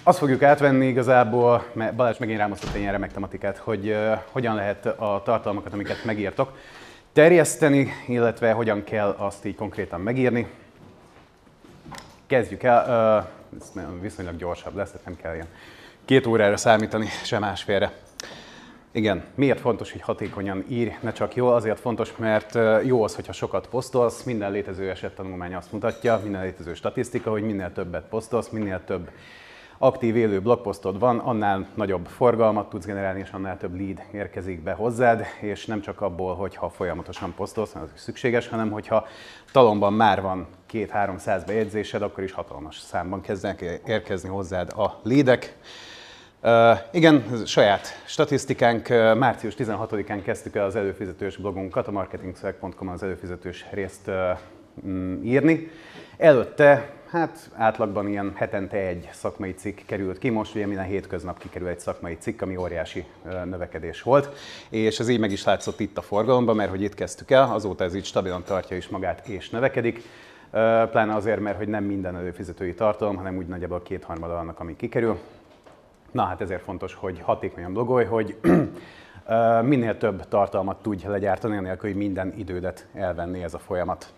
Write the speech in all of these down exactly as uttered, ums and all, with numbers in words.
Azt fogjuk átvenni igazából, mert Balázs megint rámoztott egy ilyen remek tematikát, hogy uh, hogyan lehet a tartalmakat, amiket megírtok, terjeszteni, illetve hogyan kell azt így konkrétan megírni. Kezdjük el, uh, ez viszonylag gyorsabb lesz, tehát nem kell ilyen két órára számítani, sem másfélre. Igen, miért fontos, hogy hatékonyan írj, ne csak jól? Azért fontos, mert jó az, hogyha sokat posztolsz, minden létező esettanulmány azt mutatja, minden létező statisztika, hogy minél többet posztolsz, minél több aktív élő blogposztod van, annál nagyobb forgalmat tudsz generálni, és annál több lead érkezik be hozzád, és nem csak abból, hogyha folyamatosan posztolsz, az is szükséges, hanem hogyha talomban már van két-háromszáz bejegyzésed, akkor is hatalmas számban kezdenek érkezni hozzád a leadek. Uh, igen, ez saját statisztikánk, uh, március tizenhatodikán kezdtük el az előfizetős blogunkat, a marketingszöveg pont com-on az előfizetős részt uh, mm, írni. Előtte, hát átlagban ilyen hetente egy szakmai cikk került ki, most ugye minden hétköznap kikerül egy szakmai cikk, ami óriási uh, növekedés volt, és ez így meg is látszott itt a forgalomban, mert hogy itt kezdtük el, azóta ez így stabilan tartja is magát és növekedik. Uh, pláne azért, mert hogy nem minden előfizetői tartalom, hanem úgy nagyjából kétharmada annak, ami kikerül. Na hát ezért fontos, hogy hatékonyan blogolj, hogy minél több tartalmat tudj legyártani, anélkül, hogy minden idődet elvenni ez a folyamat.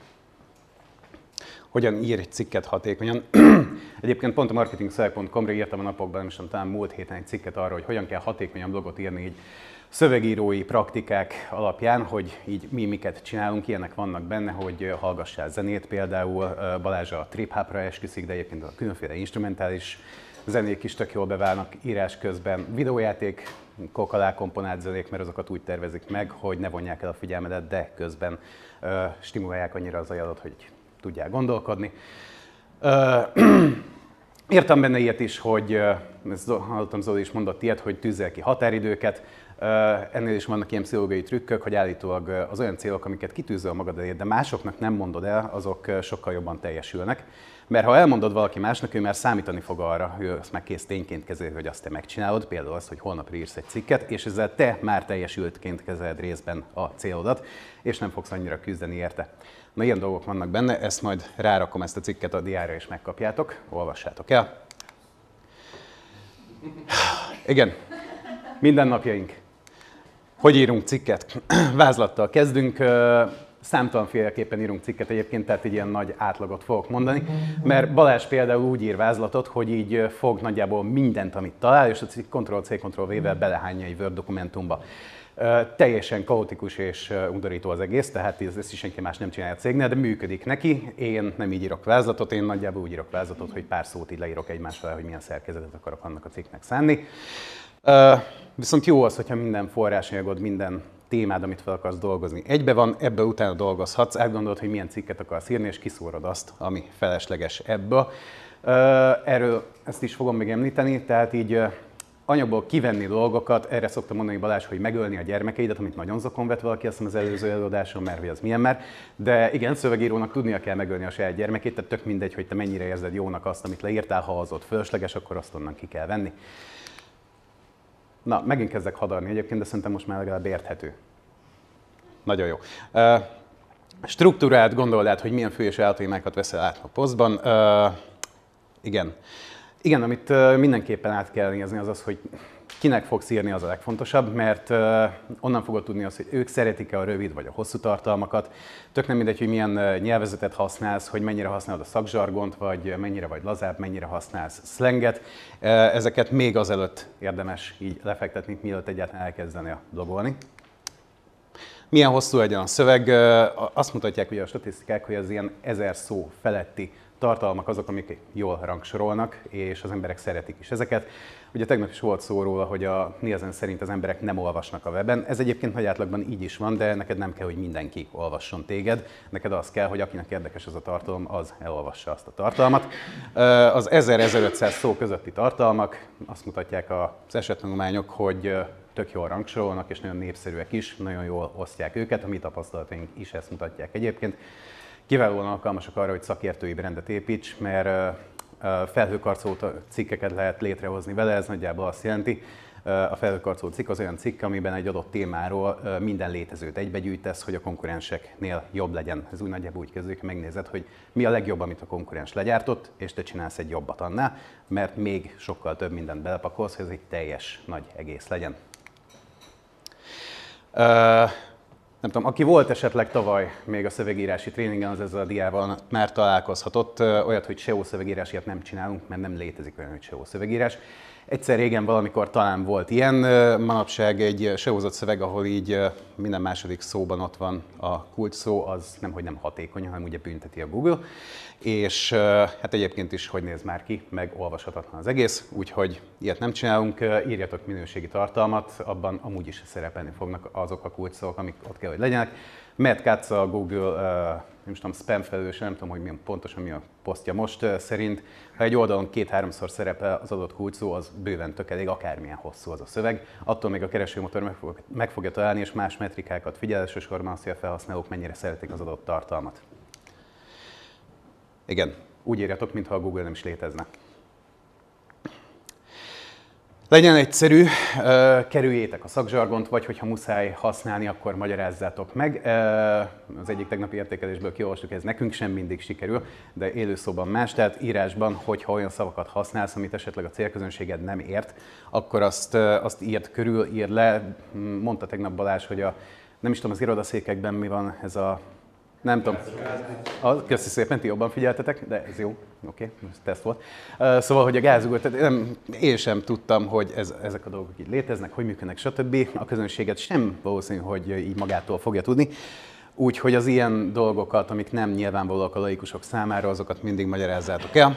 Hogyan írj egy cikket hatékonyan? Egyébként pont a marketingszöveg pont com-ra írtam a napokban, és talán múlt héten egy cikket arról, hogy hogyan kell hatékonyan blogot írni így szövegírói praktikák alapján, hogy így mi miket csinálunk, ilyenek vannak benne, hogy hallgassál zenét például, Balázs a trip-hopra esküszik, de egyébként a különféle instrumentális zenék is tök jól beválnak írás közben. Videójátékok alá komponált zenék, mert azokat úgy tervezik meg, hogy ne vonják el a figyelmedet, de közben ö, stimulálják annyira az agyadot, hogy tudjál gondolkodni. Ö, Értem benne ilyet is, hogy, ezt hallottam Zoli is mondott ilyet, hogy tűzzel ki határidőket. Ennél is vannak ilyen pszichológiai trükkök, hogy állítólag az olyan célok, amiket kitűzöl magad elé, de másoknak nem mondod el, azok sokkal jobban teljesülnek. Mert ha elmondod valaki másnak, ő már számítani fog arra, ő azt már kész tényként kezeli, hogy azt te megcsinálod, például azt, hogy holnapra írsz egy cikket, és ezzel te már teljesültként kezeled részben a célodat, és nem fogsz annyira küzdeni érte. Na, ilyen dolgok vannak benne, ezt majd rárakom ezt a cikket a diára, és megkapjátok, olvassátok el. Igen, mindennapjaink. Hogy írunk cikket? Vázlattal kezdünk. Számtalanféleképpen írunk cikket egyébként, tehát egy ilyen nagy átlagot fogok mondani, mert Balázs például úgy ír vázlatot, hogy így fog nagyjából mindent, amit talál, és a cikk Ctrl-C, Ctrl-V-vel belehányja egy Word dokumentumba. Teljesen kaotikus és undorító az egész, tehát ezt is senki más nem csinálja a cégnél, de működik neki. Én nem így írok vázlatot, én nagyjából úgy írok vázlatot, hogy pár szót így leírok egymásra, hogy milyen szerkezetet akarok annak a cikknek szánni. Viszont jó az, hogyha minden forrásanyagod, minden témád, amit fel akarsz dolgozni, egybe van, ebből utána dolgozhatsz, átgondolod, hogy milyen cikket akarsz írni, és kiszórod azt, ami felesleges ebből. Erről ezt is fogom még említeni, tehát így anyagból kivenni dolgokat, erre szoktam mondani Balázs, hogy megölni a gyermekeidet, amit nagyon zokon vett valaki, azt hiszem az előző előadáson, mert hogy az milyen már. De igen, szövegírónak tudnia kell megölni a saját gyermekét, tehát tök mindegy, hogy te mennyire érzed jónak azt, amit leírtál, ha az ott fölösleges, akkor azt onnan ki kell venni. Na, megint kezdek hadarni egyébként, de szerintem most már legalább érthető. Nagyon jó. Uh, struktúrált gondold át, hogy milyen fő és általaimákat veszel át a posztban. Uh, igen. Igen, amit uh, mindenképpen át kell nézni, az az, hogy kinek fogsz írni, az a legfontosabb, mert uh, onnan fogod tudni azt, hogy ők szeretik-e a rövid vagy a hosszú tartalmakat. Tök nem mindegy, hogy milyen uh, nyelvezetet használsz, hogy mennyire használod a szakzsargont, vagy mennyire vagy lazább, mennyire használsz szlenget. Uh, ezeket még azelőtt érdemes így lefektetni, mielőtt egyáltalán elkezdeni a blogolni. Milyen hosszú legyen a szöveg? Uh, azt mutatják ugye a statisztikák, hogy az ilyen ezer szó feletti tartalmak azok, amik jól rangsorolnak, és az emberek szeretik is ezeket. Ugye tegnap is volt szó róla, hogy a Nielsen szerint az emberek nem olvasnak a weben. Ez egyébként nagy átlagban így is van, de neked nem kell, hogy mindenki olvasson téged. Neked az kell, hogy akinek érdekes az a tartalom, az elolvassa azt a tartalmat. Az ezer-ezerötszáz szó közötti tartalmak, azt mutatják az esettanulmányok, hogy tök jól rangsorolnak, és nagyon népszerűek is, nagyon jól osztják őket. A mi tapasztalataink is ezt mutatják egyébként. Kiválóan alkalmasak arra, hogy szakértői brandet építs, mert felhőkarcoló cikkeket lehet létrehozni vele, ez nagyjából azt jelenti, a felhőkarcoló cikk az olyan cikk, amiben egy adott témáról minden létezőt egybegyűjtesz, hogy a konkurenseknél jobb legyen. Ez úgy nagyjából úgy kezdődik, hogy megnézed, hogy mi a legjobb, amit a konkurens legyártott, és te csinálsz egy jobbat annál, mert még sokkal több mindent belepakolsz, hogy ez egy teljes nagy egész legyen. Uh, nem tudom, aki volt esetleg tavaly még a szövegírási tréningen, az ezzel a diával már találkozhatott, olyat, hogy es e o szövegírás ilyet nem csinálunk, mert nem létezik olyan, hogy es e o szövegírás. Egyszer régen valamikor talán volt ilyen, manapság egy es e o-zott szöveg, ahol így minden második szóban ott van a kulcs szó, az nemhogy nem hatékony, hanem ugye bünteti a Google. És hát egyébként is hogy néz már ki, meg olvashatatlan az egész, úgyhogy ilyet nem csinálunk, írjatok minőségi tartalmat, abban amúgy is szerepelni fognak azok a kulcs szavak, amik ott kell, hogy legyenek. Matt Cutts, a Google nem tudom, spam felelős, nem tudom, hogy milyen pontosan mi a posztja most szerint, ha egy oldalon két-háromszor szerepel az adott kulcsszó, az bőven tök elég, akármilyen hosszú az a szöveg. Attól még a keresőmotor meg, fog, meg fogja találni, és más metrikákat figyel, elsősorban azt, hogy a felhasználók mennyire szeretik az adott tartalmat. Igen, úgy írjatok, mintha a Google nem is létezne. Legyen egyszerű, kerüljétek a szakzsargont, vagy hogyha muszáj használni, akkor magyarázzátok meg. Az egyik tegnapi értékelésből kiolvastuk, ez nekünk sem mindig sikerül, de élőszóban más, tehát írásban, hogyha olyan szavakat használsz, amit esetleg a célközönséged nem ért, akkor azt, azt írd körül, írd le. Mondta tegnap Balázs, hogy a, nem is tudom, az irodaszékekben mi van ez a... Nem tudom. Ah, köszi szépen, ti jobban figyeltetek, de ez jó, oké, okay, ez teszt volt. Uh, szóval, hogy a gázugó, tehát nem, én sem tudtam, hogy ez, ezek a dolgok így léteznek, hogy működnek, stb. A közönséget sem valószínű, hogy így magától fogja tudni. Úgyhogy az ilyen dolgokat, amik nem nyilvánvalóak a laikusok számára, azokat mindig magyarázzátok el.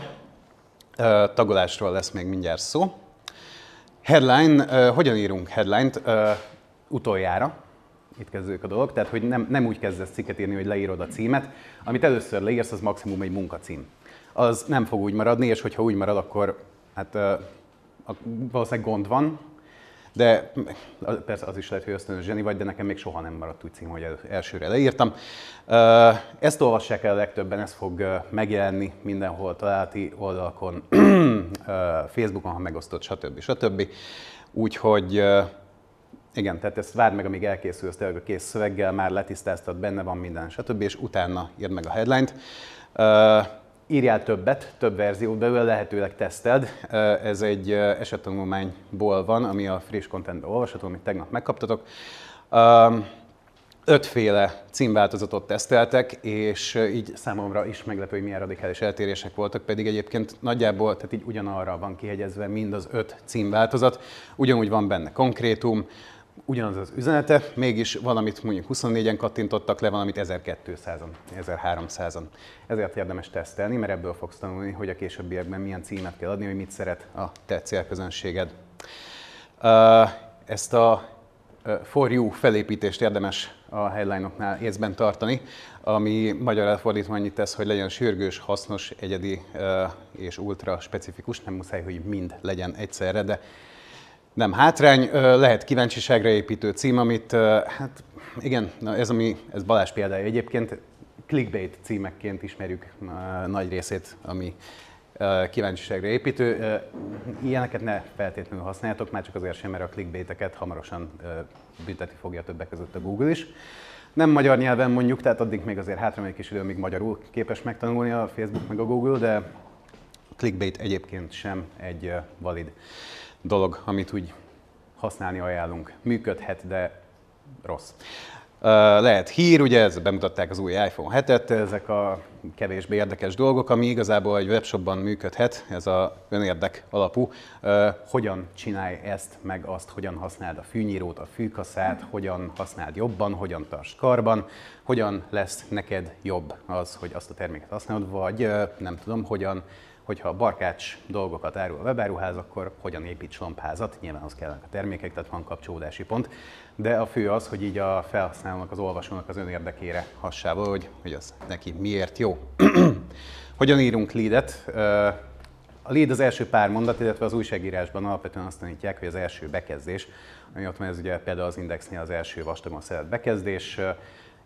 Uh, tagolásról lesz még mindjárt szó. Headline, uh, hogyan írunk headline-t? Uh, utoljára. Itt kezdődik a dolog, tehát hogy nem, nem úgy kezdesz cikket írni, hogy leírod a címet. Amit először leírsz, az maximum egy munkacím. Az nem fog úgy maradni, és hogyha úgy marad, akkor hát uh, valószínűleg gond van, de persze az is lehet, hogy ösztönös zseni vagy, de nekem még soha nem maradt úgy cím, hogy elsőre leírtam. Uh, ezt olvassák el a legtöbben, ez fog uh, megjelenni mindenhol, találati oldalakon, uh, Facebookon, ha megosztott, stb. stb. Úgyhogy uh, igen, tehát ezt várd meg, amíg elkészülsz tényleg a kész szöveggel, már letisztáztad, benne van minden, stb. És utána írd meg a headline-t. Uh, írjál többet, több verziót belőle, lehetőleg teszteld. Uh, ez egy uh, esettanulmányból van, ami a friss contentben olvasható, amit tegnap megkaptatok. Uh, ötféle címváltozatot teszteltek, és uh, így számomra is meglepő, hogy milyen radikális eltérések voltak, pedig egyébként nagyjából, tehát így ugyanarra van kihegyezve mind az öt címváltozat. Ugyanúgy van benne konkrétum, ugyanaz az üzenete, mégis valamit mondjuk huszonnégyen kattintottak le, valamit ezerkétszázan, ezerháromszázan. Ezért érdemes tesztelni, mert ebből fogsz tanulni, hogy a későbbiekben milyen címet kell adni, hogy mit szeret a te célközönséged. Ezt a For You felépítést érdemes a headline-oknál észben tartani, ami magyar elfordítva annyit tesz, hogy legyen sürgős, hasznos, egyedi és ultra specifikus, nem muszáj, hogy mind legyen egyszerre, de nem hátrány, lehet kíváncsiságra építő cím, amit, hát igen, ez, ami, ez Balázs példája egyébként, clickbait címekként ismerjük nagy részét, ami kíváncsiságra építő. Ilyeneket ne feltétlenül használjátok, már csak azért sem, mert a clickbaiteket hamarosan bünteti fogja többek között a Google is. Nem magyar nyelven mondjuk, tehát addig még azért hátra egy kis idő, amíg magyarul képes megtanulni a Facebook meg a Google, de clickbait egyébként sem egy valid dolog, amit úgy használni ajánlunk. Működhet, de rossz. Lehet hír, ugye, ez bemutatták az új iPhone hetet, ezek a kevésbé érdekes dolgok, ami igazából egy webshopban működhet, ez a önérdek alapú. Hogyan csinálj ezt, meg azt, hogyan használd a fűnyírót, a fűkaszát, hogyan használd jobban, hogyan tartsd karban, hogyan lesz neked jobb az, hogy azt a terméket használod, vagy nem tudom, hogyan, hogyha a barkács dolgokat árul a webáruház, akkor hogyan építs lompházat, nyilván az kellenek a termékek, tehát van kapcsolódási pont. De a fő az, hogy így a felhasználónak, az olvasónak az önérdekére hassával, hogy, hogy az neki miért jó. Hogyan írunk leadet? A lead az első pár mondat, illetve az újságírásban alapvetően azt tanítják, hogy az első bekezdés, ami ott van, ez ugye például az Indexnél az első vastagon szedett bekezdés.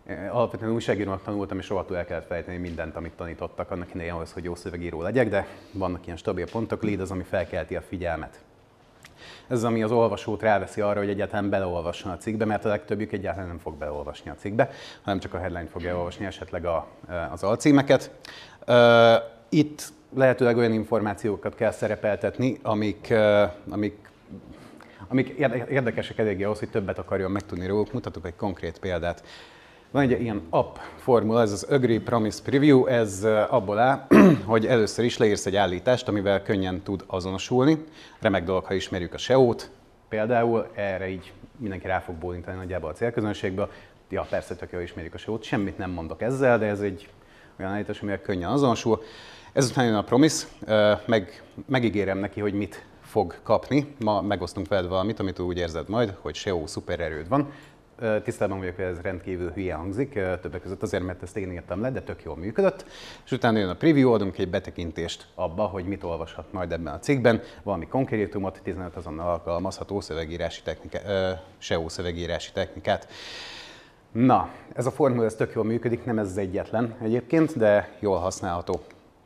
Alapvetően újságírónak tanultam, és rohadtul el kellett fejteni mindent, amit tanítottak, annak idején ahhoz, hogy jó szövegíró legyek, de vannak ilyen stabil pontok, lead az, ami felkelti a figyelmet. Ez az, ami az olvasót ráveszi arra, hogy egyáltalán beleolvasson a cikkbe, mert a legtöbbjük egyáltalán nem fog beleolvasni a cikkbe, hanem csak a headline fogja elolvasni, esetleg a, az alcímeket. Itt lehetőleg olyan információkat kell szerepeltetni, amik, amik, amik érdekesek eléggé ahhoz, hogy többet akarjon megtudni róluk. Mutatok egy konkrét példát. Van egy ilyen app formula, ez az Agree Promise Preview, ez abból áll, hogy először is leírsz egy állítást, amivel könnyen tud azonosulni. Remek dolog, ha ismerjük a S E O-t, például erre így mindenki rá fog bólintani nagyjából a célközönségből. Ja, persze, tök jól ismerjük a S E O-t, semmit nem mondok ezzel, de ez egy olyan állítás, amivel könnyen azonosul. Ezután jön a Promise, meg, megígérem neki, hogy mit fog kapni. Ma megosztunk veled valamit, amit úgy érzed majd, hogy S E O szupererőd van. Tisztában vagyok, hogy ez rendkívül hülye hangzik, többek között azért, mert ezt én írtam le, de tök jól működött. És utána jön a preview, adunk egy betekintést abba, hogy mit olvashat majd ebben a cikkben, valami konkrétumot, tizenöt azonnal alkalmazható szövegírási technika, S E O szövegírási technikát. Na, ez a formula ez tök jól működik, nem ez az egyetlen egyébként, de jól használható.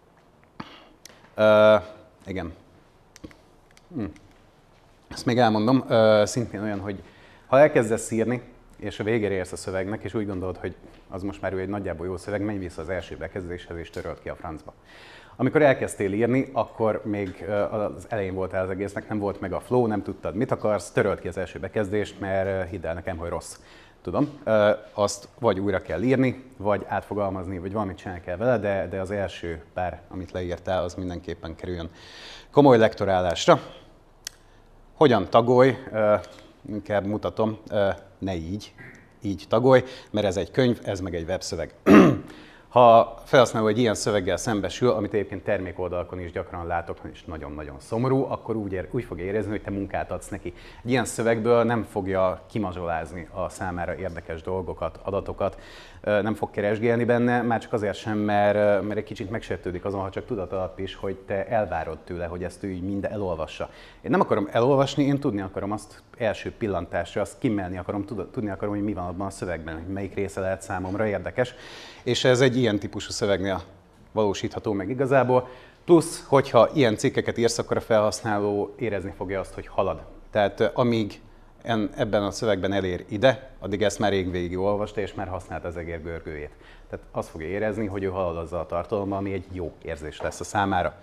Uh, igen. Hm. Ezt még elmondom, uh, szintén olyan, hogy ha elkezdesz írni, és a végére érsz a szövegnek, és úgy gondolod, hogy az most már egy nagyjából jó szöveg, menj vissza az első bekezdéshez, és töröld ki a francba. Amikor elkezdtél írni, akkor még az elején voltál az egésznek, nem volt meg a flow, nem tudtad, mit akarsz, töröld ki az első bekezdést, mert hidd el nekem, hogy rossz. Tudom, azt vagy újra kell írni, vagy átfogalmazni, vagy valamit csinálni kell vele, de, de az első pár, amit leírtál, az mindenképpen kerüljön komoly lektorálásra. Hogyan tagolj? Inkább mutatom, ne így, így tagolj, mert ez egy könyv, ez meg egy webszöveg. Ha felhasználó egy ilyen szöveggel szembesül, amit egyébként termékoldalakon is gyakran látok, és nagyon-nagyon szomorú, akkor úgy, ér, úgy fog érezni, hogy te munkát adsz neki. Egy ilyen szövegből nem fogja kimazsolázni a számára érdekes dolgokat, adatokat, nem fog keresgélni benne, már csak azért sem, mert, mert egy kicsit megsértődik azon, ha csak tudat alatt is, hogy te elvárod tőle, hogy ezt ő így mind elolvassa. Én nem akarom elolvasni, én tudni akarom azt első pillantásra, azt kimmelni akarom, tudni akarom, hogy mi van abban a szövegben, hogy melyik része lehet számomra érdekes. És ez egy ilyen típusú szövegnél valósítható meg igazából. Plusz, hogyha ilyen cikkeket írsz, akkor a felhasználó érezni fogja azt, hogy halad. Tehát amíg ebben a szövegben elér ide, addig ezt már rég végig olvasta, és már használta az egér görgőjét. Tehát azt fogja érezni, hogy ő halad azzal a tartalommal, ami egy jó érzés lesz a számára.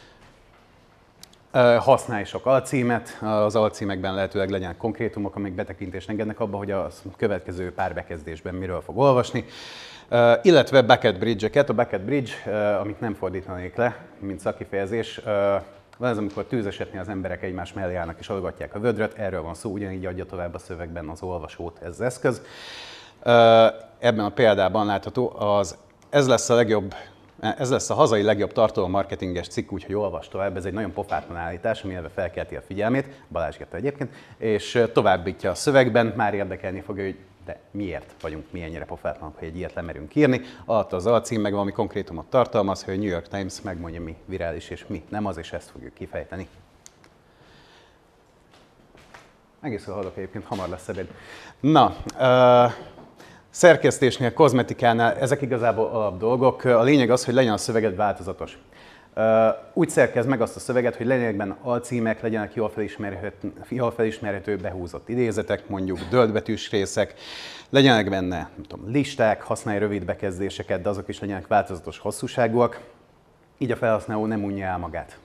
Használj sok alcímet, az alcímekben lehetőleg legyen konkrétumok, amik betekintést engednek abba, hogy a következő pár bekezdésben miről fog olvasni. Uh, illetve bucket bridge-eket. A bucket bridge, uh, amit nem fordítanék le, mint szakkifejezés, uh, van ez, amikor tűzesetnél az emberek egymás mellé állnak és adogatják a vödröt, erről van szó, ugyanígy adja tovább a szövegben az olvasót ez az eszköz. Uh, ebben a példában látható, az, ez lesz a legjobb, ez lesz a hazai legjobb tartalommarketinges cikk, úgyhogy olvas tovább. Ez egy nagyon pofátlan állítás, ami elve felkelti a figyelmét, Balázs írta egyébként, és továbbítja a szövegben, már érdekelni fogja, hogy de miért vagyunk mi ennyire pofátlanok, hogy egy ilyet lemerünk írni. Alatt az alcím meg valami konkrétumot tartalmaz, hogy a New York Times megmondja, mi virális és mi nem az, és ezt fogjuk kifejteni. Egészül haladok egyébként, hamar lesz ebéd. Na, uh, szerkesztésnél, kozmetikánál, ezek igazából alap dolgok. A lényeg az, hogy legyen a szöveged változatos. Uh, úgy szerkezd meg azt a szöveget, hogy legyenek benne alcímek, legyenek jól felismerhető, jól felismerhető behúzott idézetek, mondjuk döltbetűs részek, legyenek benne nem tudom, listák, használj rövid bekezdéseket, de azok is legyenek változatos hosszúságúak, így a felhasználó nem unja el magát.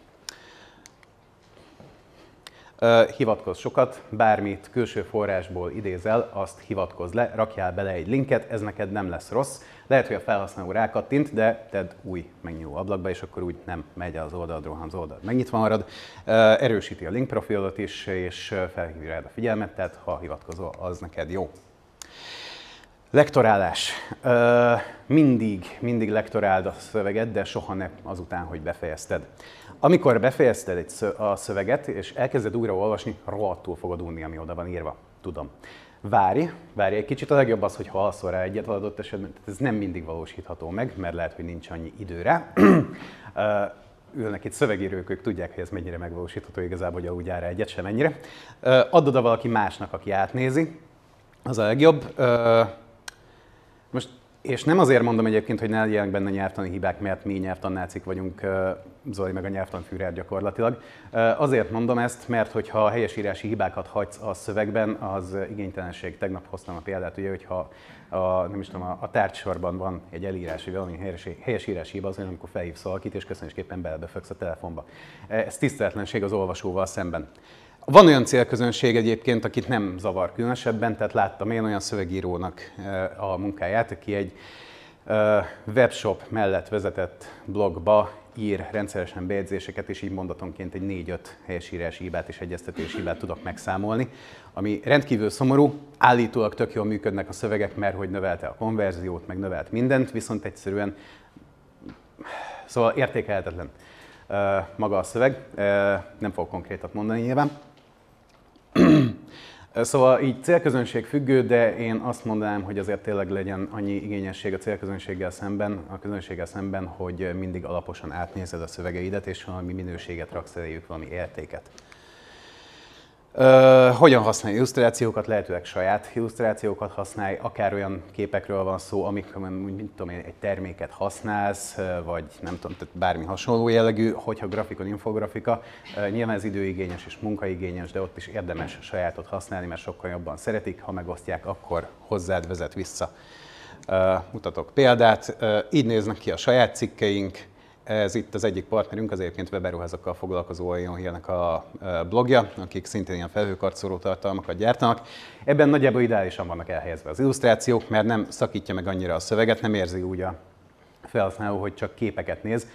Uh, hivatkozz sokat, bármit külső forrásból idézel, azt hivatkozz le, rakjál bele egy linket, ez neked nem lesz rossz. Lehet, hogy a felhasználó rákattint, de tedd új megnyíló ablakba, és akkor úgy nem megy az oldalról, hanem az oldal megnyitva marad. Uh, erősíti a link profilot is, és felhívja rád a figyelmet, tehát ha hivatkozol, az neked jó. Lektorálás. Uh, mindig, mindig lektoráld a szöveget, de soha ne azután, hogy befejezted. Amikor befejezted egy szö a szöveget, és elkezded újra olvasni, rohadtul fogod unni, ami oda van írva. Tudom. Várj, várj egy kicsit, a legjobb az, hogy ha alszol rá egyet adott esetben, ez nem mindig valósítható meg, mert lehet, hogy nincs annyi időre. uh, ülnek itt szövegírók, ők tudják, hogy ez mennyire megvalósítható igazából, hogy aludjál rá egyet, sem ennyire. Uh, add oda valaki másnak, aki átnézi, az a legjobb. Uh, most És nem azért mondom egyébként, hogy ne legyenek benne nyelvtani hibák, mert mi nyelvtannácik vagyunk, Zoli meg a nyelvtanführer gyakorlatilag. Azért mondom ezt, mert hogyha helyesírási hibákat hagysz a szövegben, az igénytelenség. Tegnap hoztam a példát, ugye, hogyha a, nem is tudom, a, a tárgysorban van egy elírási, valami helyesírási hiba, az olyan, amikor felhívsz valakit, és köszönésképpen belebefögsz a telefonba. Ez tiszteletlenség az olvasóval szemben. Van olyan célközönség egyébként, akit nem zavar különösebben, tehát láttam én olyan szövegírónak a munkáját, aki egy webshop mellett vezetett blogba ír rendszeresen bejegyzéseket, és így mondatonként egy négy-öt helyesírási hibát és egyeztetési hibát tudok megszámolni, ami rendkívül szomorú, állítólag tök jól működnek a szövegek, mert hogy növelte a konverziót, meg növelt mindent, viszont egyszerűen, szóval értékelhetetlen maga a szöveg, nem fogok konkrétat mondani nyilván. Szóval így célközönség függő, de én azt mondanám, hogy azért tényleg legyen annyi igényesség a célközönséggel szemben, a közönséggel szemben, hogy mindig alaposan átnézed a szövegeidet, és valami minőséget raksz eléjük, valami értéket. Uh, hogyan használj illusztrációkat? Lehetőleg saját illusztrációkat használj, akár olyan képekről van szó, amikor, mint tudom én, egy terméket használsz, vagy nem tudom, tehát bármi hasonló jellegű, hogyha grafikon, infografika. Uh, nyilván ez időigényes és munkaigényes, de ott is érdemes sajátot használni, mert sokkal jobban szeretik, ha megosztják, akkor hozzád vezet vissza. Uh, mutatok példát, uh, így néznek ki a saját cikkeink. Ez itt az egyik partnerünk, az egyébként webberuházakkal foglalkozó Ion Hillnek a blogja, akik szintén ilyen felhőkarcoló tartalmakat gyártanak. Ebben nagyjából ideálisan vannak elhelyezve az illusztrációk, mert nem szakítja meg annyira a szöveget, nem érzi úgy a felhasználó, hogy csak képeket néz.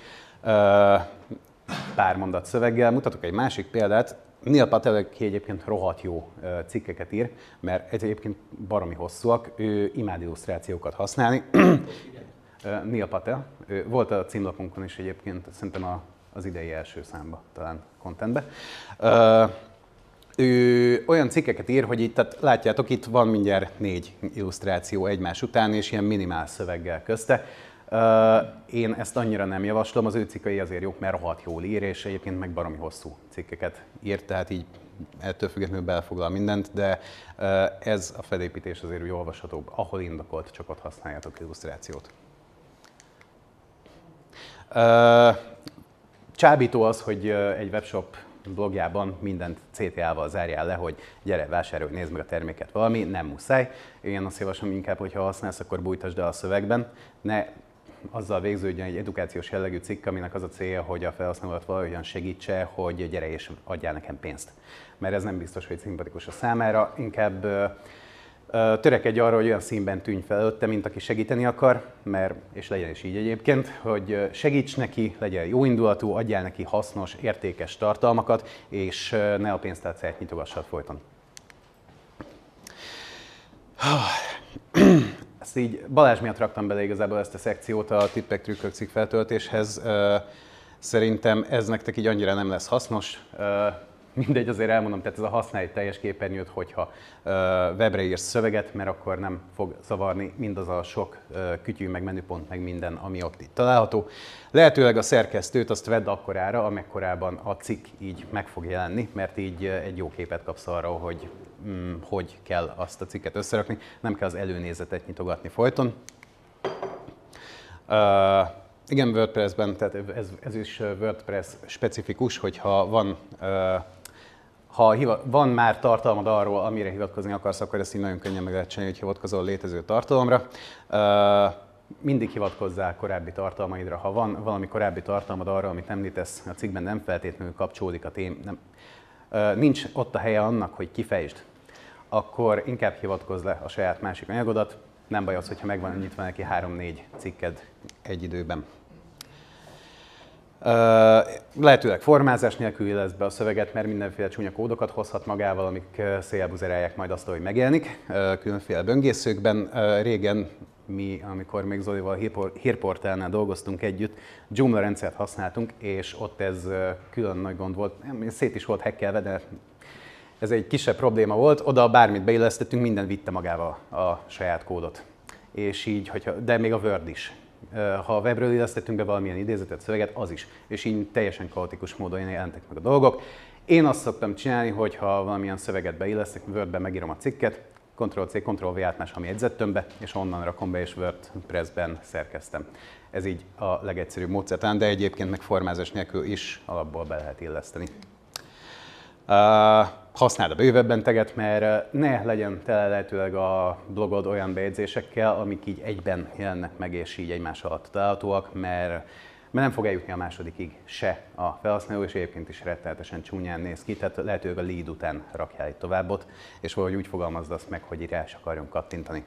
Pár mondat szöveggel. Mutatok egy másik példát. Neil Patel, aki egyébként rohadt jó cikkeket ír, mert ez egyébként baromi hosszúak, ő imád illusztrációkat használni. Neil Patel, ő volt a címlapunkon is egyébként, szerintem az idei első számba, talán contentbe. Ő olyan cikkeket ír, hogy itt, tehát látjátok, itt van mindjárt négy illusztráció egymás után, és ilyen minimál szöveggel közte. Én ezt annyira nem javaslom, az ő cikkei azért jók, mert rohadt jól ír, és egyébként meg baromi hosszú cikkeket ír, tehát így ettől függetlenül belefoglal mindent, de ez a felépítés azért úgy olvashatóbb, ahol indokolt, csak ott használjátok illusztrációt. Csábító az, hogy egy webshop blogjában mindent cé té á-val zárjál le, hogy gyere, vásárolj, nézd meg a terméket, valami, nem muszáj. Én azt javaslom inkább, hogy ha használsz, akkor bújtasd el a szövegben. Ne azzal végződjön egy edukációs jellegű cikk, aminek az a célja, hogy a felhasználót valahogyan segítse, hogy gyere és adjál nekem pénzt. Mert ez nem biztos, hogy szimpatikus a számára, inkább törekedj arra, hogy olyan színben tűnj fel előtte, mint aki segíteni akar, mert, és legyen is így egyébként, hogy segíts neki, legyen jó indulatú, adjál neki hasznos, értékes tartalmakat, és ne a pénztárcáját nyitogassad folyton. Ezt így Balázs miatt raktam bele igazából ezt a szekciót a tippek, trükkök, cikk feltöltéshez. Szerintem ez nektek így annyira nem lesz hasznos. Mindegy, azért elmondom, tehát ez a használj egy teljes képernyőt, hogyha uh, webre írsz szöveget, mert akkor nem fog zavarni mindaz a sok uh, kütyű, meg menüpont, meg minden, ami ott itt található. Lehetőleg a szerkesztőt azt vedd akkorára, amekkorában a cikk így meg fog jelenni, mert így uh, egy jó képet kapsz arra, hogy um, hogy kell azt a cikket összerakni, nem kell az előnézetet nyitogatni folyton. Uh, igen, WordPress-ben, tehát ez, ez is WordPress specifikus, hogyha van uh, Ha van már tartalmad arról, amire hivatkozni akarsz, akkor ezt így nagyon könnyen meg lehet csinálni, hogy hivatkozol létező tartalomra. Mindig hivatkozzál korábbi tartalmaidra. Ha van valami korábbi tartalmad arra, amit említesz a cikkben, nem feltétlenül kapcsolódik a tém, nem, nincs ott a helye annak, hogy kifejtsd, akkor inkább hivatkozz le a saját másik anyagodat. Nem baj az, hogyha megvan nyitva neki három-négy cikked egy időben. Uh, lehetőleg formázás nélkül lesz be a szöveget, mert mindenféle csúnya kódokat hozhat magával, amik uh, szélbuzerálják majd azt, hogy megjelenik, uh, különféle böngészőkben. Uh, régen mi, amikor még Zolival hírpor, hírportálnál dolgoztunk együtt, Joomla rendszert használtunk, és ott ez uh, külön nagy gond volt. Szét is volt hackelve, de ez egy kisebb probléma volt. Oda bármit beillesztettünk, minden vitte magával a saját kódot. És így, hogyha, de még a Word is. Ha a webről illesztettünk be valamilyen idézetet, szöveget, az is. És így teljesen kaotikus módon jelentek meg a dolgok. Én azt szoktam csinálni, hogy ha valamilyen szöveget beillesztek, Wordben megírom a cikket, Ctrl-C, Ctrl-V átmásom a jegyzettömbbe, és onnan rakom be, és WordPress-ben szerkeztem. Ez így a legegyszerűbb módszertan, de egyébként meg formázás nélkül is alapból be lehet illeszteni. Uh, használd a bővebben teget, mert ne legyen tele lehetőleg a blogod olyan bejegyzésekkel, amik így egyben jelennek meg, és így egymás alatt találhatóak, mert, mert nem fog eljutni a másodikig se a felhasználó, és egyébként is rettenetesen csúnyán néz ki, tehát lehetőleg a lead után rakjál egy továbbot, és valahogy úgy fogalmazd azt meg, hogy rá is akarjon kattintani.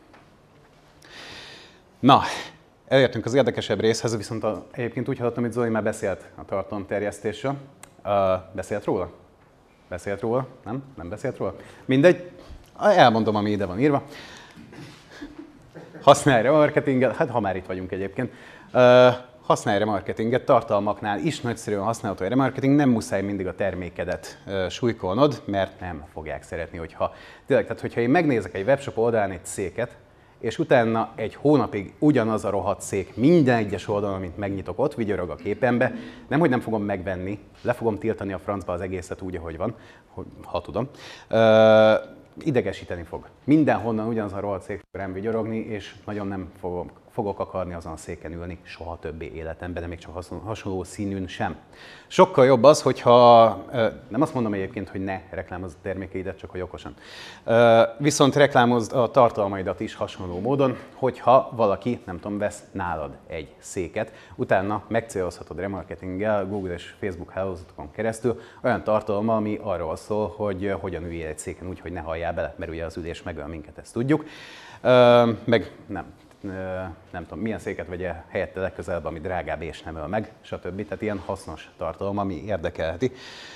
Na, elértünk az érdekesebb részhez, viszont a, egyébként úgy hallottam, hogy Zoli már beszélt a tartalomterjesztésről. Uh, beszélt róla? Beszélt róla? Nem? Nem beszélt róla? Mindegy, elmondom, ami ide van írva. Használj remarketinget, hát ha már itt vagyunk egyébként. Uh, használj remarketinget, tartalmaknál is nagyszerűen használható a remarketing, nem muszáj mindig a termékedet uh, súlykolnod, mert nem fogják szeretni, hogyha... Tényleg, tehát hogyha én megnézek egy webshop oldalán egy széket, és utána egy hónapig ugyanaz a rohadt szék minden egyes oldalon, amit megnyitok, ott vigyorog a képembe, nemhogy nem fogom megvenni, le fogom tiltani a francba az egészet úgy, ahogy van, ha tudom, uh, idegesíteni fog. Mindenhonnan ugyanaz a rohadt szék fog rám vigyorogni, és nagyon nem fogom, fogok akarni azon a széken ülni soha többé életemben, de még csak hasonló színűn sem. Sokkal jobb az, hogyha, nem azt mondom egyébként, hogy ne reklámozd a termékeidet, csak hogy okosan. Viszont reklámozd a tartalmaidat is hasonló módon, hogyha valaki, nem tudom, vesz nálad egy széket, utána megcélozhatod remarketinggel, Google és Facebook hálózatokon keresztül olyan tartalma, ami arról szól, hogy hogyan üljél egy széken úgy, hogy ne halljál bele, mert ugye az ülés megöl minket, ezt tudjuk. Meg nem. nem tudom, milyen széket vegye helyette legközelebb, ami drágább és nem öl meg, stb. Tehát ilyen hasznos tartalom, ami érdekelheti.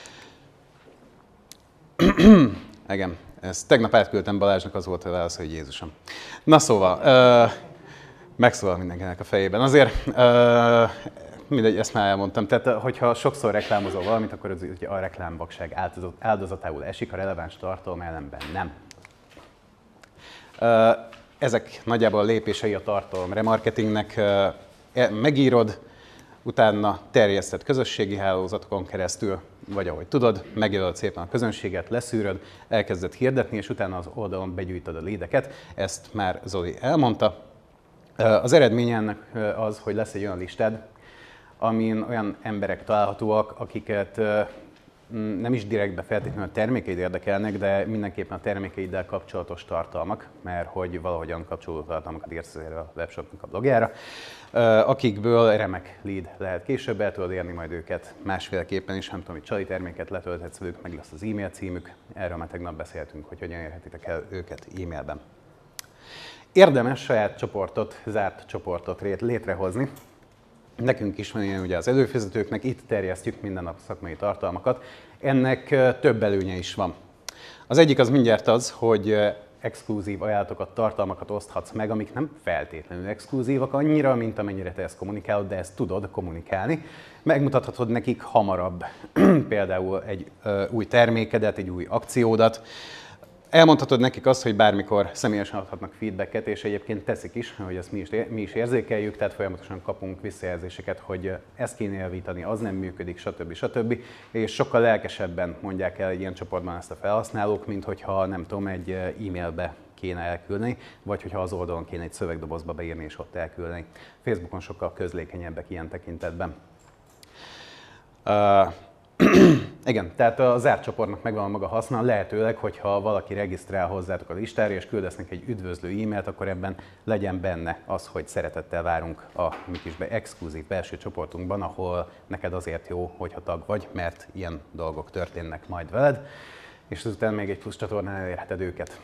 Igen, ezt tegnap átküldtem Balázsnak, az volt a válasz, hogy Jézusom. Na szóval, uh, megszólal mindenkinek a fejében. Azért, uh, mindegy, ezt már elmondtam. Tehát, hogyha sokszor reklámozol valamit, akkor az ugye a reklámvakság áldozatául esik, a releváns tartalom ellenben nem. Uh, Ezek nagyjából a lépései a tartalom remarketingnek. Megírod, utána terjeszted közösségi hálózatokon keresztül, vagy ahogy tudod, megjelöled szépen a közönséget, leszűröd, elkezded hirdetni, és utána az oldalon begyűjtöd a lédeket. Ezt már Zoli elmondta. Az eredménye ennek az, hogy lesz egy olyan listád, amin olyan emberek találhatóak, akiket nem is direktbe feltétlenül a termékeid érdekelnek, de mindenképpen a termékeiddel kapcsolatos tartalmak, mert hogy valahogyan kapcsolódó tartalmakat írsz a webshopnak a blogjára, akikből remek lead lehet később, el tudod érni majd őket másféleképpen is, nem tudom, hogy csali terméket letölthetsz velük, meg lesz az e-mail címük, erről már tegnap beszéltünk, hogy hogyan érhetitek el őket e-mailben. Érdemes saját csoportot, zárt csoportot létrehozni. Nekünk is van ilyen, ugye az előfizetőknek, itt terjesztjük minden nap szakmai tartalmakat. Ennek több előnye is van. Az egyik az mindjárt az, hogy exkluzív ajánlatokat, tartalmakat oszthatsz meg, amik nem feltétlenül exkluzívak annyira, mint amennyire te ezt kommunikálod, de ezt tudod kommunikálni. Megmutathatod nekik hamarabb például egy új termékedet, egy új akciódat. Elmondhatod nekik azt, hogy bármikor személyesen adhatnak feedbacket, és egyébként teszik is, hogy ezt mi is, mi is érzékeljük, tehát folyamatosan kapunk visszajelzéseket, hogy ezt kéne javítani, az nem működik, stb. stb. És sokkal lelkesebben mondják el egy ilyen csoportban ezt a felhasználók, mint hogyha nem tudom, egy e-mailbe kéne elküldeni, vagy hogyha az oldalon kéne egy szövegdobozba beírni és ott elküldeni. Facebookon sokkal közlékenyebbek ilyen tekintetben. Uh, Igen, tehát a zárt csoportnak megvan a maga haszna, lehetőleg, hogyha valaki regisztrál hozzátok a listára és küldesz neki egy üdvözlő e-mailt, akkor ebben legyen benne az, hogy szeretettel várunk a mi kis exkluzív belső csoportunkban, ahol neked azért jó, hogyha tag vagy, mert ilyen dolgok történnek majd veled, és azután még egy plusz csatornán elérheted őket.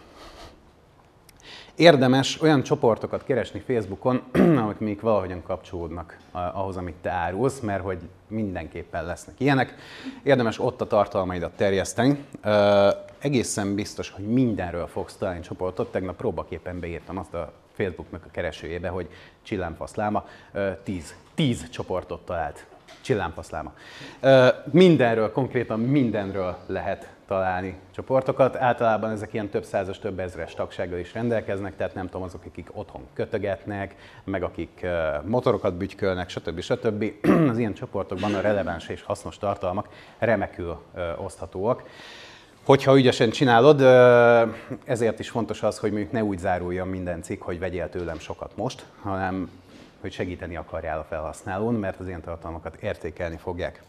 Érdemes olyan csoportokat keresni Facebookon, amik még valahogyan kapcsolódnak ahhoz, amit te árulsz, mert hogy mindenképpen lesznek ilyenek. Érdemes ott a tartalmaidat terjeszteni. Uh, egészen biztos, hogy mindenről fogsz találni csoportot. Tegnap próbaképpen beírtam azt a Facebooknak a keresőjébe, hogy csillámfaszláma, uh, tíz, tíz csoportot talált. Csillámfaszláma. Uh, mindenről, konkrétan mindenről lehet találni csoportokat. Általában ezek ilyen több százas, több ezres tagsággal is rendelkeznek, tehát nem tudom, azok, akik otthon kötögetnek, meg akik motorokat bütykölnek, stb. stb. Az ilyen csoportokban a releváns és hasznos tartalmak remekül oszthatóak. Hogyha ügyesen csinálod, ezért is fontos az, hogy mondjuk ne úgy záruljon minden cikk, hogy vegyél tőlem sokat most, hanem hogy segíteni akarjál a felhasználón, mert az ilyen tartalmakat értékelni fogják.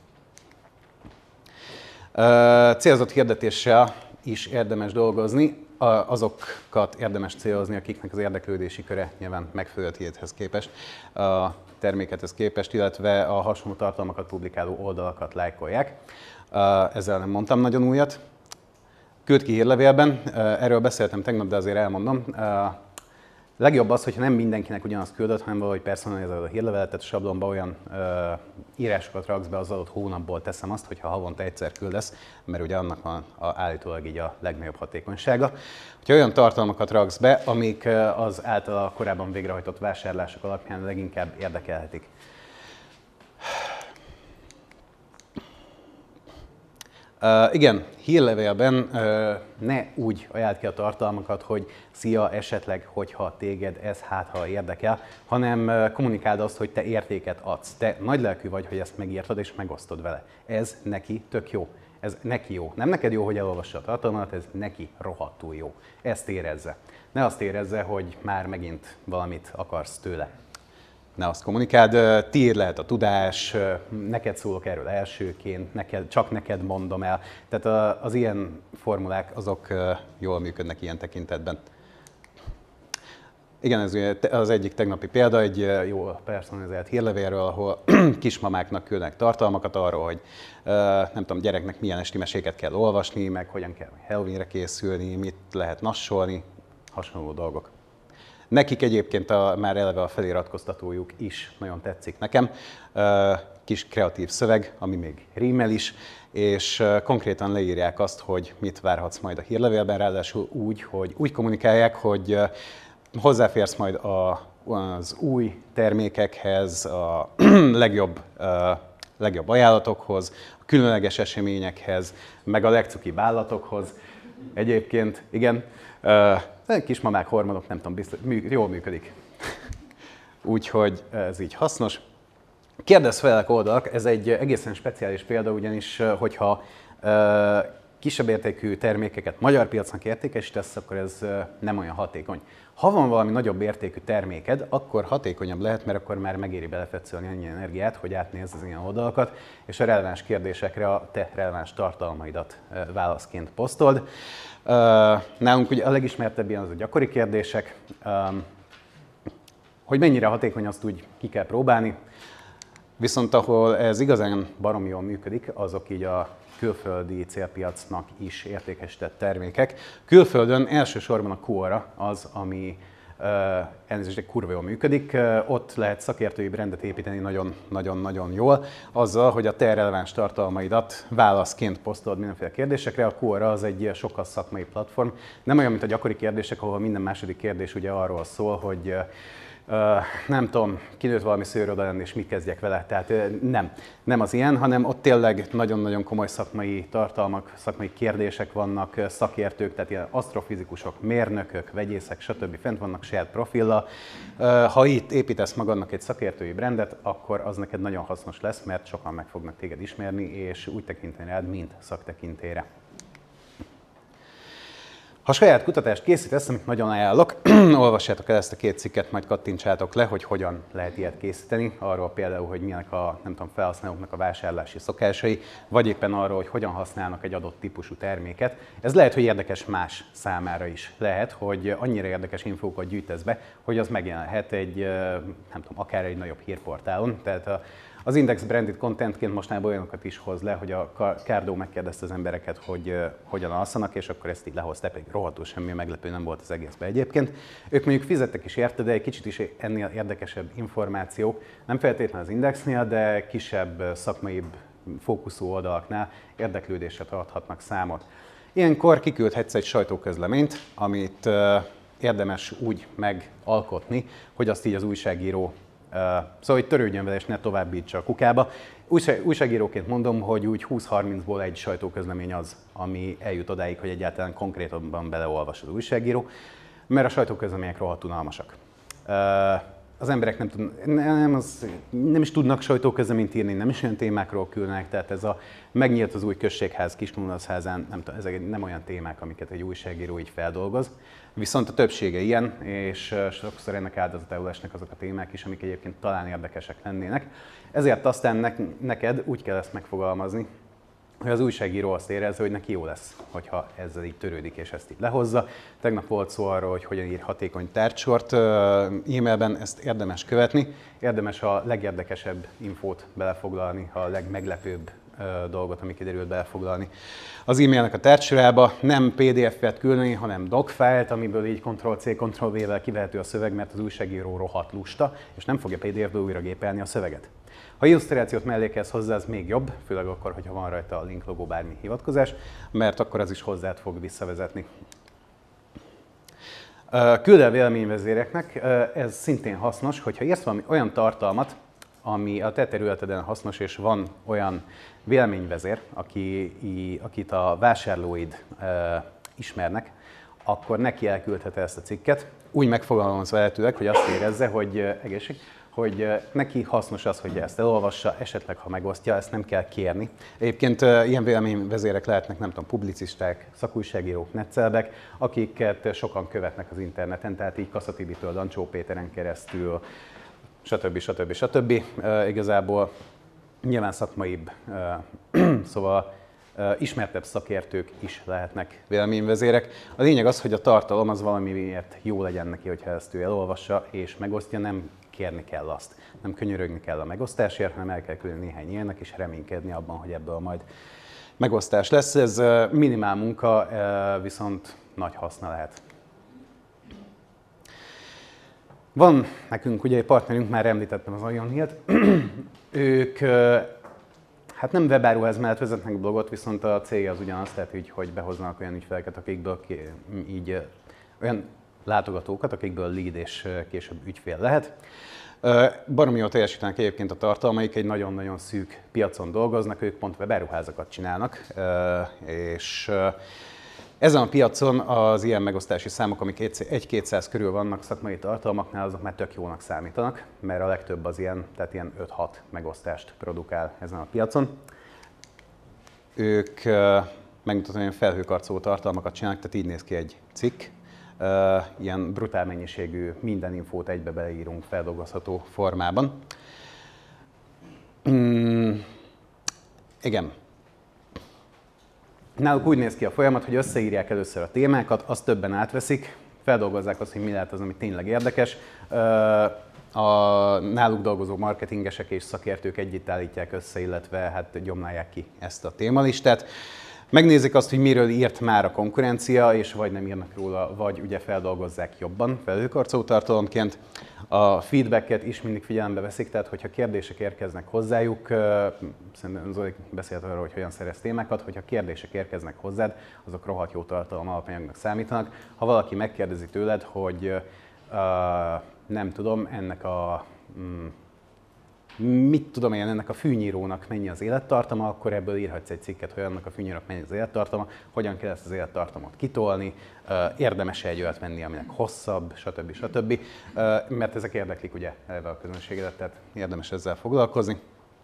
Célzott hirdetéssel is érdemes dolgozni, azokat érdemes célozni, akiknek az érdeklődési köre nyilván megfelelő tiédhez képest, a termékethez képest, illetve a hasonló tartalmakat publikáló oldalakat lájkolják. Ezzel nem mondtam nagyon újat. Küld ki hírlevélben, erről beszéltem tegnap, de azért elmondom. Legjobb az, hogyha nem mindenkinek ugyanazt küldött, hanem valahogy personalizálod a hírlevelet, tehát a sablonba olyan ö, írásokat raksz be az adott hónapból, teszem azt, hogyha havonta egyszer küldesz, mert ugye annak van a, állítólag így a legnagyobb hatékonysága. Hogyha olyan tartalmakat raksz be, amik az általa korábban végrehajtott vásárlások alapján leginkább érdekelhetik. Uh, igen, hírlevélben uh, ne úgy ajánld ki a tartalmakat, hogy szia, esetleg, hogyha téged ez hát ha érdekel, hanem uh, kommunikáld azt, hogy te értéket adsz. Te nagylelkű vagy, hogy ezt megírtad és megosztod vele. Ez neki tök jó. Ez neki jó. Nem neked jó, hogy elolvassa a tartalmat, ez neki rohadtul jó. Ezt érezze. Ne azt érezze, hogy már megint valamit akarsz tőle. Ne azt kommunikáld, tiéd lehet a tudás, neked szólok erről elsőként, neked, csak neked mondom el. Tehát az ilyen formulák azok jól működnek ilyen tekintetben. Igen, ez az egyik tegnapi példa, egy jó personalizált hírlevélről, ahol kismamáknak küldnek tartalmakat arról, hogy nem tudom, gyereknek milyen esti meséket kell olvasni, meg hogyan kell Halloweenre készülni, mit lehet nassolni, hasonló dolgok. Nekik egyébként a, már eleve a feliratkoztatójuk is nagyon tetszik nekem. Kis kreatív szöveg, ami még rímel is, és konkrétan leírják azt, hogy mit várhatsz majd a hírlevélben, ráadásul úgy, hogy úgy kommunikálják, hogy hozzáférsz majd a, az új termékekhez, a legjobb, a legjobb ajánlatokhoz, a különleges eseményekhez, meg a legcukibb állatokhoz. Egyébként, igen, kismamák, hormonok, nem tudom, biztos, jól működik. Úgyhogy ez így hasznos. Kérdezz felek oldalak, ez egy egészen speciális példa, ugyanis hogyha kisebb értékű termékeket magyar piacnak értékesítesz, akkor ez nem olyan hatékony. Ha van valami nagyobb értékű terméked, akkor hatékonyabb lehet, mert akkor már megéri belefetszölni annyi energiát, hogy átnézz az ilyen oldalakat, és a releváns kérdésekre a te releváns tartalmaidat válaszként posztold. Nálunk ugye a legismertebb ilyen az a gyakori kérdések, hogy mennyire hatékony, azt úgy ki kell próbálni. Viszont ahol ez igazán baromi jól működik, azok így a külföldi célpiacnak is értékesített termékek. Külföldön elsősorban a Quora az, ami elnézést, egy kurva jól működik. Ott lehet szakértői brandet építeni nagyon-nagyon-nagyon jól, azzal, hogy a te releváns tartalmaidat válaszként posztolod mindenféle kérdésekre. A Quora az egy sokkal szakmai platform. Nem olyan, mint a gyakori kérdések, ahol minden második kérdés ugye arról szól, hogy Uh, nem tudom, kinőtt valami szőrödelen és mit kezdjek vele, tehát uh, nem, nem az ilyen, hanem ott tényleg nagyon-nagyon komoly szakmai tartalmak, szakmai kérdések vannak, uh, szakértők, tehát ilyen asztrofizikusok, mérnökök, vegyészek, stb. Fent vannak saját profillal. Uh, ha itt építesz magadnak egy szakértői brandet, akkor az neked nagyon hasznos lesz, mert sokan meg fognak téged ismerni, és úgy tekinteni rád, mint szaktekintélyre. Ha saját kutatást készítesz, amit nagyon ajánlok, olvassátok el ezt a két cikket, majd kattintsátok le, hogy hogyan lehet ilyet készíteni. Arról például, hogy milyenek a nem tudom, felhasználóknak a vásárlási szokásai, vagy éppen arról, hogy hogyan használnak egy adott típusú terméket. Ez lehet, hogy érdekes más számára is. Lehet, hogy annyira érdekes infókat gyűjtesz be, hogy az megjelenhet egy, nem tudom, akár egy nagyobb hírportálon. Tehát a Az Index branded contentként mostanában olyanokat is hoz le, hogy a Kárdó megkérdezte az embereket, hogy uh, hogyan alszanak, és akkor ezt így lehozták, pedig rohadtul semmi meglepő nem volt az egészben egyébként. Ők mondjuk fizettek is érte, de egy kicsit is ennél érdekesebb információk, nem feltétlenül az Indexnél, de kisebb, szakmaibb fókuszú oldalaknál érdeklődésre tarthatnak számot. Ilyenkor kiküldhetsz egy sajtóközleményt, amit uh, érdemes úgy megalkotni, hogy azt így az újságíró Uh, szóval, hogy törődjön vele és ne továbbítsa a kukába. Újság, újságíróként mondom, hogy úgy húsz-harmincból egy sajtóközlemény az, ami eljut odáig, hogy egyáltalán konkrétabban beleolvas az újságíró, mert a sajtóközlemények rohadt unalmasak. Uh, az emberek nem, tud, nem, az, nem is tudnak sajtóközleményt írni, nem is olyan témákról küldenek, tehát ez a megnyílt az új községház Kiskunhalaszházán, nem tudom, ezek nem olyan témák, amiket egy újságíró így feldolgoz. Viszont a többsége ilyen, és sokszor ennek áldozatául esnek azok a témák is, amik egyébként talán érdekesek lennének. Ezért aztán ne, neked úgy kell ezt megfogalmazni, hogy az újságíró azt érezze, hogy neki jó lesz, hogyha ezzel így törődik és ezt így lehozza. Tegnap volt szó arról, hogy hogyan ír hatékony tárgysort e-mailben, ezt érdemes követni, érdemes a legérdekesebb infót belefoglalni, a legmeglepőbb dolgot, ami kiderült belefoglalni az e-mailnek a tárgysorába, nem pé dé ef-et küldeni, hanem docfile-t, amiből így kontroll cé, kontroll vé-vel kivehető a szöveg, mert az újságíró rohadt lusta, és nem fogja pé dé ef-ből újra gépelni a szöveget. Ha illusztrációt mellékelsz hozzá, az még jobb, főleg akkor, hogyha van rajta a link, logó, bármi hivatkozás, mert akkor az is hozzád fog visszavezetni. Küld el véleményvezéreknek, ez szintén hasznos, hogyha írsz valami olyan tartalmat, ami a te területeden hasznos, és van olyan véleményvezér, aki, akit a vásárlóid e, ismernek, akkor neki elküldhet ezt a cikket, úgy megfogalmazva lehetőleg, hogy azt érezze, hogy egészség, hogy neki hasznos az, hogy ezt elolvassa, esetleg ha megosztja, ezt nem kell kérni. Egyébként ilyen véleményvezérek lehetnek, nem tudom, publicisták, szakújságírók, netcelbek, akiket sokan követnek az interneten, tehát így Kassa-Tibitől, Dancsó Péteren keresztül, stb. stb. stb. E, igazából nyilván szakmaibb, e, szóval e, ismertebb szakértők is lehetnek véleményvezérek. A lényeg az, hogy a tartalom az valamiért jó legyen neki, hogyha ezt ő elolvassa és megosztja, nem kérni kell azt. Nem könyörögni kell a megosztásért, hanem el kell küldeni néhány ilyennek és reménykedni abban, hogy ebből majd megosztás lesz. Ez minimál munka, viszont nagy haszna lehet. Van nekünk ugye egy partnerünk, már említettem, az Ion Hill-t. Ők hát nem webáruház mellett vezetnek blogot, viszont a célja az ugyanaz, tehát így, hogy behoznak olyan ügyfeleket, akikből így olyan látogatókat, akikből lead és később ügyfél lehet. Baromi jól teljesítenek egyébként a tartalmaik, egy nagyon-nagyon szűk piacon dolgoznak, ők pont webáruházakat csinálnak, és ezen a piacon az ilyen megosztási számok, amik egy-kétszáz körül vannak szakmai tartalmaknál, azok már tök jónak számítanak, mert a legtöbb az ilyen, tehát ilyen öt-hat megosztást produkál ezen a piacon. Ők megmutatom, hogy felhőkarcoló tartalmakat csinálnak, tehát így néz ki egy cikk. Ilyen brutál mennyiségű minden infót egybe beleírunk feldolgozható formában. Mm, igen. Náluk úgy néz ki a folyamat, hogy összeírják először a témákat, azt többen átveszik, feldolgozzák azt, hogy mi lehet az, ami tényleg érdekes. A náluk dolgozó marketingesek és szakértők együtt állítják össze, illetve hát gyomlálják ki ezt a témalistát. Megnézik azt, hogy miről írt már a konkurencia, és vagy nem írnak róla, vagy ugye feldolgozzák jobban, felhőkarcoló tartalomként. A feedbacket is mindig figyelembe veszik, tehát hogyha kérdések érkeznek hozzájuk, szerintem Zoli beszélt arról, hogy hogyan szerez témákat, hogyha kérdések érkeznek hozzád, azok rohadt jó tartalom alapanyagnak számítanak. Ha valaki megkérdezi tőled, hogy uh, nem tudom, ennek a um, mit tudom én, ennek a fűnyírónak mennyi az élettartama, akkor ebből írhatsz egy cikket, hogy annak a fűnyírónak mennyi az élettartama, hogyan kell ezt az élettartamot kitolni, érdemes-e egy olyat venni, aminek hosszabb, stb. stb. Mert ezek érdeklik ugye eleve a közönségedet, tehát érdemes ezzel foglalkozni.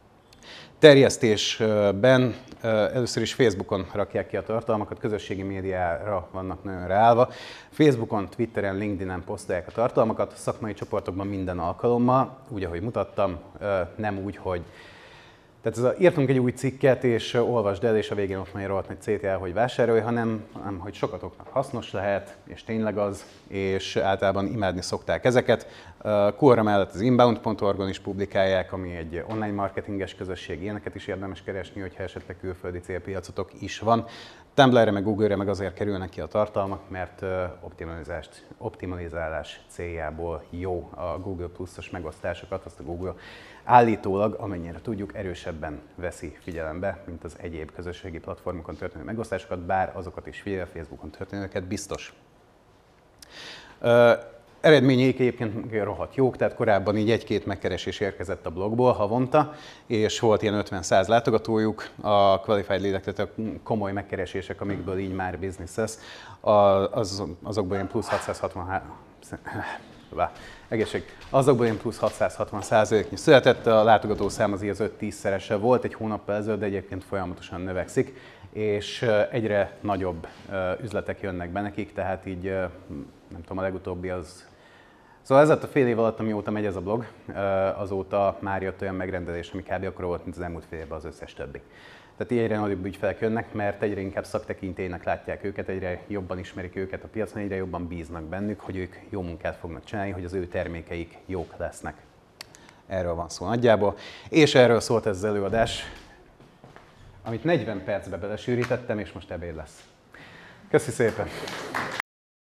Terjesztésben először is Facebookon rakják ki a tartalmakat, közösségi médiára vannak nagyon ráállva. Facebookon, Twitteren, LinkedInen posztolják a tartalmakat, szakmai csoportokban minden alkalommal, úgy, ahogy mutattam, nem úgy, hogy tehát ez a, írtunk egy új cikket, és olvasd el, és a végén ott már rohadt nagy cé té el, hogy vásárolj, hanem, hanem hogy sokatoknak hasznos lehet, és tényleg az, és általában imádni szokták ezeket. Quora mellett az inbound pont org-on is publikálják, ami egy online marketinges közösség, ilyeneket is érdemes keresni, hogyha esetleg külföldi célpiacotok is van. Tumblr-re meg Google-re meg azért kerülnek ki a tartalmak, mert optimalizálás céljából jó a Google Plus-os megosztásokat, azt a Google állítólag, amennyire tudjuk, erősebben veszi figyelembe, mint az egyéb közösségi platformokon történő megosztásokat, bár azokat is figyel, Facebookon történőket biztos. Uh, eredményeik egyébként rohadt jók, tehát korábban így egy-két megkeresés érkezett a blogból havonta, és volt ilyen ötven-száz látogatójuk, a qualified leadek, tehát a komoly megkeresések, amikből így már business lesz, az, azokban ilyen plusz hatszázhatvanhárom tovább. Egészség. Azokból ilyen plusz hatszázhatvan százaléknyi született, a látogatószám az öt-tízszerese volt egy hónappal ezelőtt, de egyébként folyamatosan növekszik, és egyre nagyobb üzletek jönnek be nekik, tehát így nem tudom, a legutóbbi az... Szóval ez a fél év alatt, amióta megy ez a blog, azóta már jött olyan megrendelés, ami kb. Akkor volt, mint az elmúlt fél évben az összes többi. Tehát egyre nagyobb ügyfelek jönnek, mert egyre inkább szaktekintélynek látják őket, egyre jobban ismerik őket a piacon, egyre jobban bíznak bennük, hogy ők jó munkát fognak csinálni, hogy az ő termékeik jók lesznek. Erről van szó nagyjából. És erről szólt ez az előadás, amit negyven percbe belesűrítettem, és most ebéd lesz. Köszi szépen!